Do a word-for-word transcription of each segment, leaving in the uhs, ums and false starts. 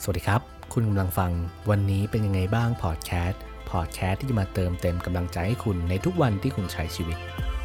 สวัสดีครับคุณกำลังฟังวันนี้เป็นยังไงบ้างพอดแคสต์พอดแคสต์ที่จะมาเติมเต็มกำลังใจให้คุณในทุกวันที่คุณใช้ชีวิต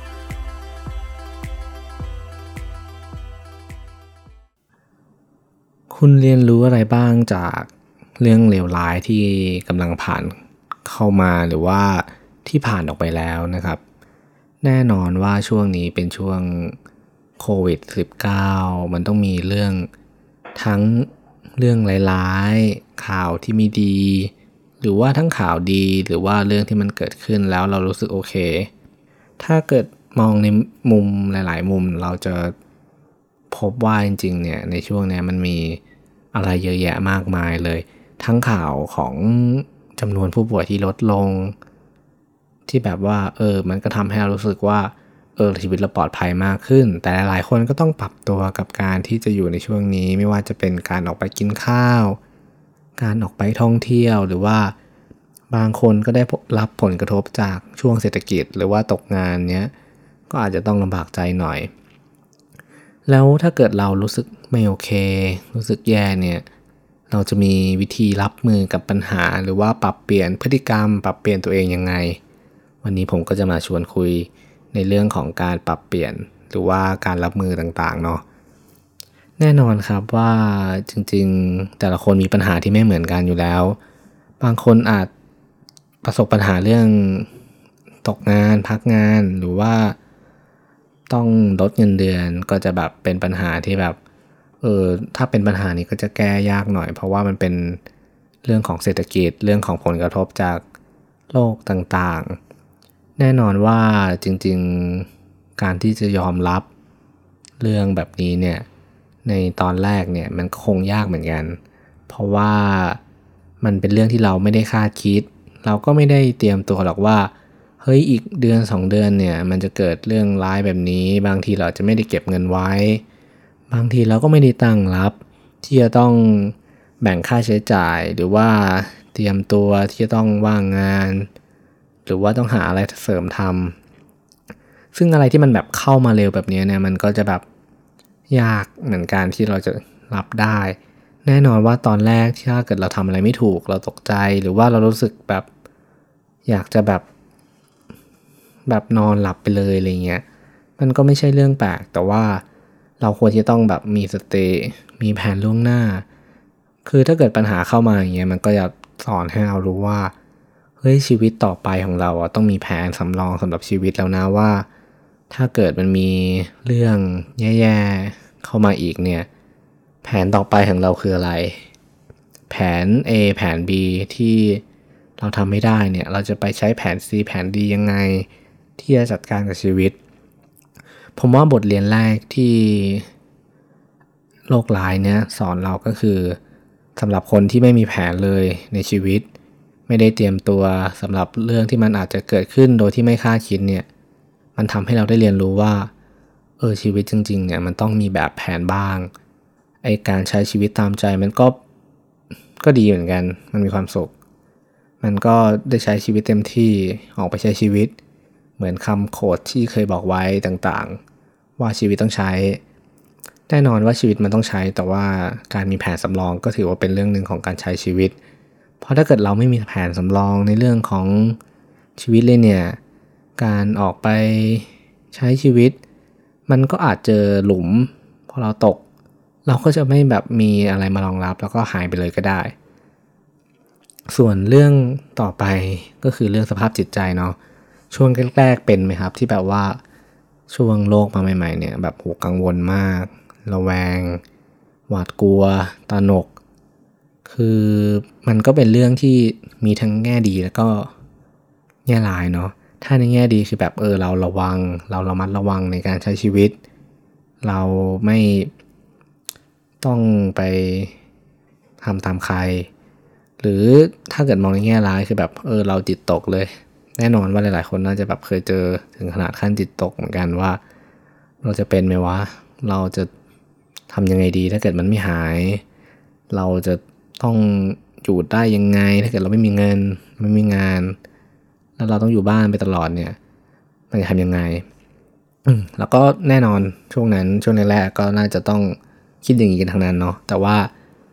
คุณเรียนรู้อะไรบ้างจากเรื่องเลวร้ายที่กำลังผ่านเข้ามาหรือว่าที่ผ่านออกไปแล้วนะครับแน่นอนว่าช่วงนี้เป็นช่วงโควิด สิบเก้า มันต้องมีเรื่องทั้งเรื่องร้ายๆข่าวที่ไม่ดีหรือว่าทั้งข่าวดีหรือว่าเรื่องที่มันเกิดขึ้นแล้วเรารู้สึกโอเคถ้าเกิดมองในมุมหลายๆมุมเราจะพบว่าจริงๆเนี่ยในช่วงนี้มันมีอะไรเยอะแยะมากมายเลยทั้งข่าวของจำนวนผู้ป่วยที่ลดลงที่แบบว่าเออมันก็ทำให้เรารู้สึกว่าเออชีวิตเราปลอดภัยมากขึ้นแต่หลายคนก็ต้องปรับตัวกับการที่จะอยู่ในช่วงนี้ไม่ว่าจะเป็นการออกไปกินข้าวการออกไปท่องเที่ยวหรือว่าบางคนก็ได้รับผลกระทบจากช่วงเศรษฐกิจหรือว่าตกงานเนี้ยก็อาจจะต้องลำบากใจหน่อยแล้วถ้าเกิดเรารู้สึกไม่โอเครู้สึกแย่เนี่ยเราจะมีวิธีรับมือกับปัญหาหรือว่าปรับเปลี่ยนพฤติกรรมปรับเปลี่ยนตัวเองยังไงวันนี้ผมก็จะมาชวนคุยในเรื่องของการปรับเปลี่ยนหรือว่าการรับมือต่างๆเนาะแน่นอนครับว่าจริงๆแต่ละคนมีปัญหาที่ไม่เหมือนกันอยู่แล้วบางคนอาจประสบปัญหาเรื่องตกงานพักงานหรือว่าต้องลดเงินเดือนก็จะแบบเป็นปัญหาที่แบบเออถ้าเป็นปัญหานี้ก็จะแก้ยากหน่อยเพราะว่ามันเป็นเรื่องของเศรษฐกิจเรื่องของผลกระทบจากโลกต่างๆแน่นอนว่าจริงๆการที่จะยอมรับเรื่องแบบนี้เนี่ยในตอนแรกเนี่ยมันคงยากเหมือนกันเพราะว่ามันเป็นเรื่องที่เราไม่ได้คาดคิดเราก็ไม่ได้เตรียมตัวหรอกว่าเฮ้ยอีกเดือนสองเดือนเนี่ยมันจะเกิดเรื่องร้ายแบบนี้บางทีเราจะไม่ได้เก็บเงินไว้บางทีเราก็ไม่ได้ตั้งรับที่จะต้องแบ่งค่าใช้จ่ายหรือว่าเตรียมตัวที่จะต้องว่างงานหรือว่าต้องหาอะไรเสริมทำซึ่งอะไรที่มันแบบเข้ามาเร็วแบบนี้เนี่ยมันก็จะแบบยากเหมือนกันที่เราจะรับได้แน่นอนว่าตอนแรกที่ถ้าเกิดเราทำอะไรไม่ถูกเราตกใจหรือว่าเรารู้สึกแบบอยากจะแบบแบบนอนหลับไปเลยอะไรเงี้ยมันก็ไม่ใช่เรื่องแปลกแต่ว่าเราควรที่ต้องแบบมีสติมีแผนล่วงหน้าคือถ้าเกิดปัญหาเข้ามาอย่างเงี้ยมันก็จะสอนให้เรารู้ว่าเฮ้ยชีวิตต่อไปของเราอ่ะต้องมีแผนสำรองสำหรับชีวิตแล้วนะว่าถ้าเกิดมันมีเรื่องแย่ๆเข้ามาอีกเนี่ยแผนต่อไปของเราคืออะไรแผน A แผน B ที่เราทำไม่ได้เนี่ยเราจะไปใช้แผน C แผน D ยังไงที่จะจัดการกับชีวิตผมว่าบทเรียนแรกที่โลกร้ายเนี่ยสอนเราก็คือสำหรับคนที่ไม่มีแผนเลยในชีวิตไม่ได้เตรียมตัวสำหรับเรื่องที่มันอาจจะเกิดขึ้นโดยที่ไม่คาดคิดเนี่ยมันทำให้เราได้เรียนรู้ว่าเออชีวิตจริงๆเนี่ยมันต้องมีแบบแผนบ้างไอการใช้ชีวิตตามใจมันก็ก็ดีเหมือนกันมันมีความสุขมันก็ได้ใช้ชีวิตเต็มที่ออกไปใช้ชีวิตเหมือนคำโค้ดที่เคยบอกไว้ต่างๆว่าชีวิตต้องใช้แน่นอนว่าชีวิตมันต้องใช้แต่ว่าการมีแผนสำรองก็ถือว่าเป็นเรื่องนึงของการใช้ชีวิตเพราะถ้าเกิดเราไม่มีแผนสำรองในเรื่องของชีวิตเลยเนี่ยการออกไปใช้ชีวิตมันก็อาจเจอหลุมพอเราตกเราก็จะไม่แบบมีอะไรมารองรับแล้วก็หายไปเลยก็ได้ส่วนเรื่องต่อไปก็คือเรื่องสภาพจิตใจเนาะช่วงแรกๆเป็นไหมครับที่แบบว่าช่วงโรคมาใหม่ๆเนี่ยแบบโหกังวลมากระแวงหวาดกลัวตระหนกคือมันก็เป็นเรื่องที่มีทั้งแง่ดีแล้วก็แง่ร้ายเนาะถ้าในแง่ดีคือแบบเออเราระวังเราระมัดระวังในการใช้ชีวิตเราไม่ต้องไปทำตามใครหรือถ้าเกิดมองในแง่ร้ายคือแบบเออเราจิตตกเลยแน่นอนว่าหลายๆคนน่าจะแบบเคยเจอถึงขนาดขั้นจิตตกเหมือนกันว่าเราจะเป็นไหมวะเราจะทำยังไงดีถ้าเกิดมันไม่หายเราจะต้องอยู่ได้ยังไงถ้าเกิดเราไม่มีเงินไม่มีงานแล้วเราต้องอยู่บ้านไปตลอดเนี่ยมันจะทำยังไงแล้วก็แน่นอนช่วงนั้นช่วงแรกๆก็น่าจะต้องคิดอย่างนี้กันทั้งนั้นเนาะแต่ว่า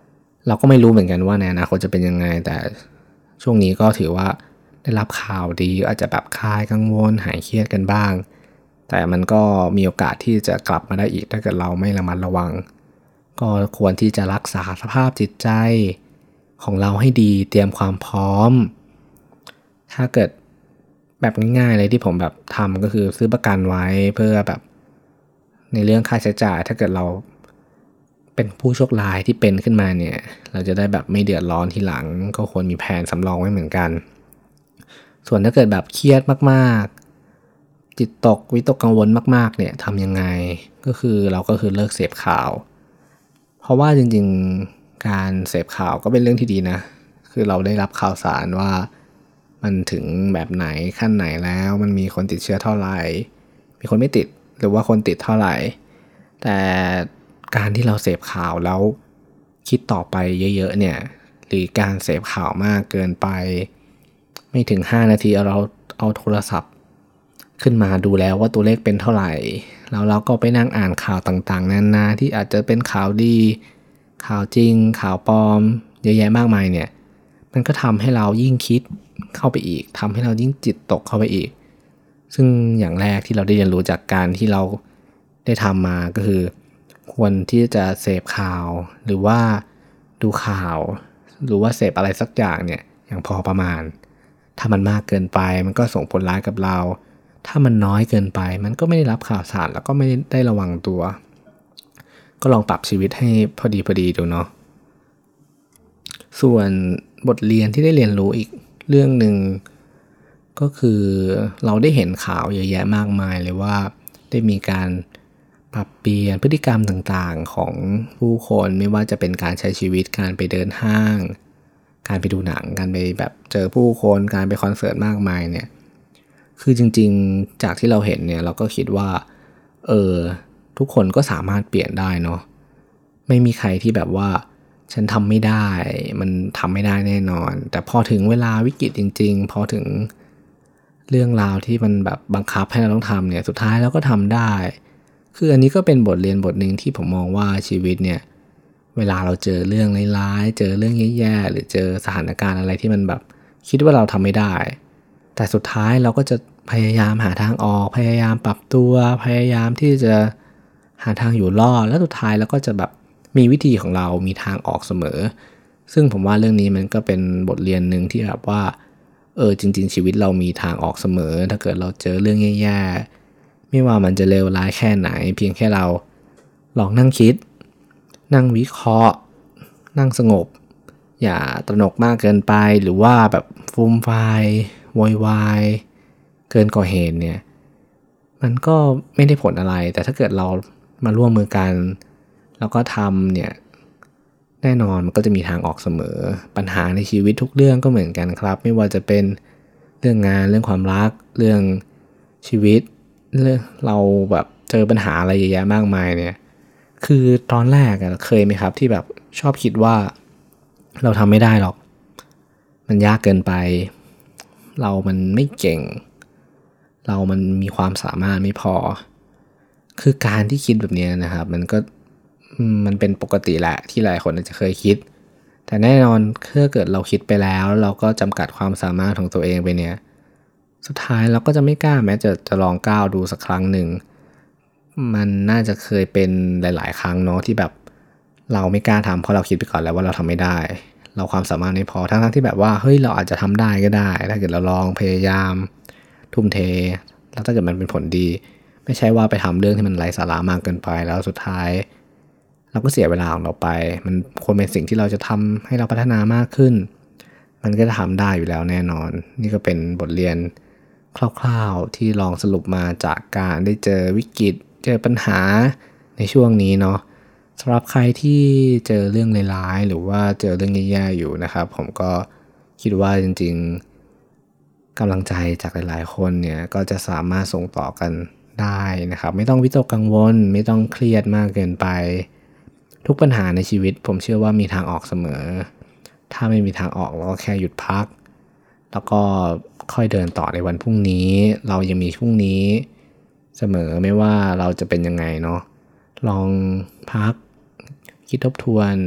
เราก็ไม่รู้เหมือนกันว่าในอนาคตจะเป็นยังไงแต่ช่วงนี้ก็ถือว่าได้รับข่าวดีอาจจะแบบคลายกังวลหายเครียดกันบ้างแต่มันก็มีโอกาสที่จะกลับมาได้อีกถ้าเกิดเราไม่ระมัดระวังก็ควรที่จะรักษาสภาพจิตใจของเราให้ดีเตรียมความพร้อมถ้าเกิดแบบง่ายๆเลยที่ผมแบบทำก็คือซื้อประกันไว้เพื่อแบบในเรื่องค่าใช้จ่ายถ้าเกิดเราเป็นผู้โชคร้ายที่เป็นขึ้นมาเนี่ยเราจะได้แบบไม่เดือดร้อนทีหลังก็ควรมีแผนสำรองไว้เหมือนกันส่วนถ้าเกิดแบบเครียดมากๆจิตตกวิตกกังวลมากๆเนี่ยทำยังไงก็คือเราก็คือเลิกเสพข่าวเพราะว่าจริงๆการเสพข่าวก็เป็นเรื่องที่ดีนะคือเราได้รับข่าวสารว่ามันถึงแบบไหนขั้นไหนแล้วมันมีคนติดเชื้อเท่าไหร่มีคนไม่ติดหรือว่าคนติดเท่าไหร่แต่การที่เราเสพข่าวแล้วคิดต่อไปเยอะๆเนี่ยหรือการเสพข่าวมากเกินไปไม่ถึงห้านาทีเราเอาโทรศัพท์ขึ้นมาดูแล้วว่าตัวเลขเป็นเท่าไหร่แล้วเราก็ไปนั่งอ่านข่าวต่างๆนานาที่อาจจะเป็นข่าวดีข่าวจริงข่าวปลอมเยอะแยะมากมายเนี่ยมันก็ทำให้เรายิ่งคิดเข้าไปอีกทำให้เรายิ่งจิตตกเข้าไปอีกซึ่งอย่างแรกที่เราได้เรียนรู้จากการที่เราได้ทำมาก็คือควรที่จะเสพข่าวหรือว่าดูข่าวหรือว่าเสพอะไรสักอย่างเนี่ยอย่างพอประมาณถ้ามันมากเกินไปมันก็ส่งผลร้ายกับเราถ้ามันน้อยเกินไปมันก็ไม่ได้รับข่าวสารแล้วก็ไม่ได้ระวังตัวก็ลองปรับชีวิตให้พอดีพอดีดูเนาะส่วนบทเรียนที่ได้เรียนรู้อีกเรื่องหนึ่งก็คือเราได้เห็นข่าวเยอะแยะมากมายเลยว่าได้มีการปรับเปลี่ยนพฤติกรรมต่างๆของผู้คนไม่ว่าจะเป็นการใช้ชีวิตการไปเดินห้างการไปดูหนังการไปแบบเจอผู้คนการไปคอนเสิร์ตมากมายเนี่ยคือจริงๆจากที่เราเห็นเนี่ยเราก็คิดว่าเออทุกคนก็สามารถเปลี่ยนได้เนาะไม่มีใครที่แบบว่าฉันทำไม่ได้มันทำไม่ได้แน่นอนแต่พอถึงเวลาวิกฤตจริงๆพอถึงเรื่องราวที่มันแบบบังคับให้เราต้องทำเนี่ยสุดท้ายเราก็ทำได้คืออันนี้ก็เป็นบทเรียนบทหนึ่งที่ผมมองว่าชีวิตเนี่ยเวลาเราเจอเรื่องร้ายๆเจอเรื่องแย่ๆหรือเจอสถานการณ์อะไรที่มันแบบคิดว่าเราทำไม่ได้แต่สุดท้ายเราก็จะพยายามหาทางออกพยายามปรับตัวพยายามที่จะหาทางอยู่รอดแล้วสุดท้ายเราก็จะแบบมีวิธีของเรามีทางออกเสมอซึ่งผมว่าเรื่องนี้มันก็เป็นบทเรียนหนึ่งที่แบบว่าเออจริงๆชีวิตเรามีทางออกเสมอถ้าเกิดเราเจอเรื่องแย่ๆไม่ว่ามันจะเลวร้ายแค่ไหนเพียงแค่เราลองนั่งคิดนั่งวิเคราะห์นั่งสงบอย่าตระหนกมากเกินไปหรือว่าแบบฟูมไฟโวยวายเกินกว่าเหตุเนี่ยมันก็ไม่ได้ผลอะไรแต่ถ้าเกิดเรามาร่วมมือกันแล้วก็ทำเนี่ยแน่นอนมันก็จะมีทางออกเสมอปัญหาในชีวิตทุกเรื่องก็เหมือนกันครับไม่ว่าจะเป็นเรื่องงานเรื่องความรักเรื่องชีวิตเรื่องเราแบบเจอปัญหาอะไรเยอะแยะมากมายเนี่ยคือตอนแรกเคยไหมครับที่แบบชอบคิดว่าเราทำไม่ได้หรอกมันยากเกินไปเรามันไม่เก่งเรามันมีความสามารถไม่พอคือการที่คิดแบบนี้นะครับมันก็มันเป็นปกติแหละที่หลายคนอาจจะเคยคิดแต่แน่นอนถ้าเกิดเราคิดไปแล้วเราก็จำกัดความสามารถของตัวเองไปเนี่ยสุดท้ายเราก็จะไม่กล้าแม้จะจะลองก้าวดูสักครั้งหนึ่งมันน่าจะเคยเป็นหลายๆครั้งเนาะที่แบบเราไม่กล้าทำเพราะเราคิดไปก่อนแล้วว่าเราทำไม่ได้เราความสามารถไม่พอทั้งๆที่แบบว่าเฮ้ยเราอาจจะทำได้ก็ได้ถ้าเกิดเราลองพยายามทุ่มเทแล้วถ้าเกิดมันเป็นผลดีไม่ใช่ว่าไปทำเรื่องที่มันไร้สาระมากเกินไปแล้วสุดท้ายเราก็เสียเวลาของเราไปมันควรเป็นสิ่งที่เราจะทำให้เราพัฒนามากขึ้นมันก็จะทำได้อยู่แล้วแน่นอนนี่ก็เป็นบทเรียนคร่าวๆที่ลองสรุปมาจากการได้เจอวิกฤตเจอปัญหาในช่วงนี้เนาะสำหรับใครที่เจอเรื่องร้ายๆหรือว่าเจอเรื่องแย่ๆอยู่นะครับผมก็คิดว่าจริงๆกำลังใจจากหลายๆคนเนี่ยก็จะสามารถส่งต่อกันได้นะครับไม่ต้องวิตกกังวลไม่ต้องเครียดมากเกินไปทุกปัญหาในชีวิตผมเชื่อว่ามีทางออกเสมอถ้าไม่มีทางออกเราก็แค่หยุดพักแล้วก็ค่อยเดินต่อในวันพรุ่งนี้เรายังมีพรุ่งนี้เสมอไม่ว่าเราจะเป็นยังไงเนาะลองพักคิดทบทวน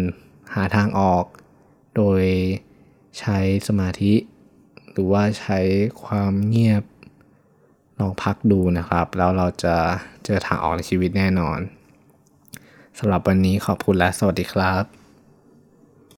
หาทางออกโดยใช้สมาธิหรือว่าใช้ความเงียบลองพักดูนะครับแล้วเราจะเจอทางออกในชีวิตแน่นอนสำหรับวันนี้ขอบคุณและสวัสดีครับ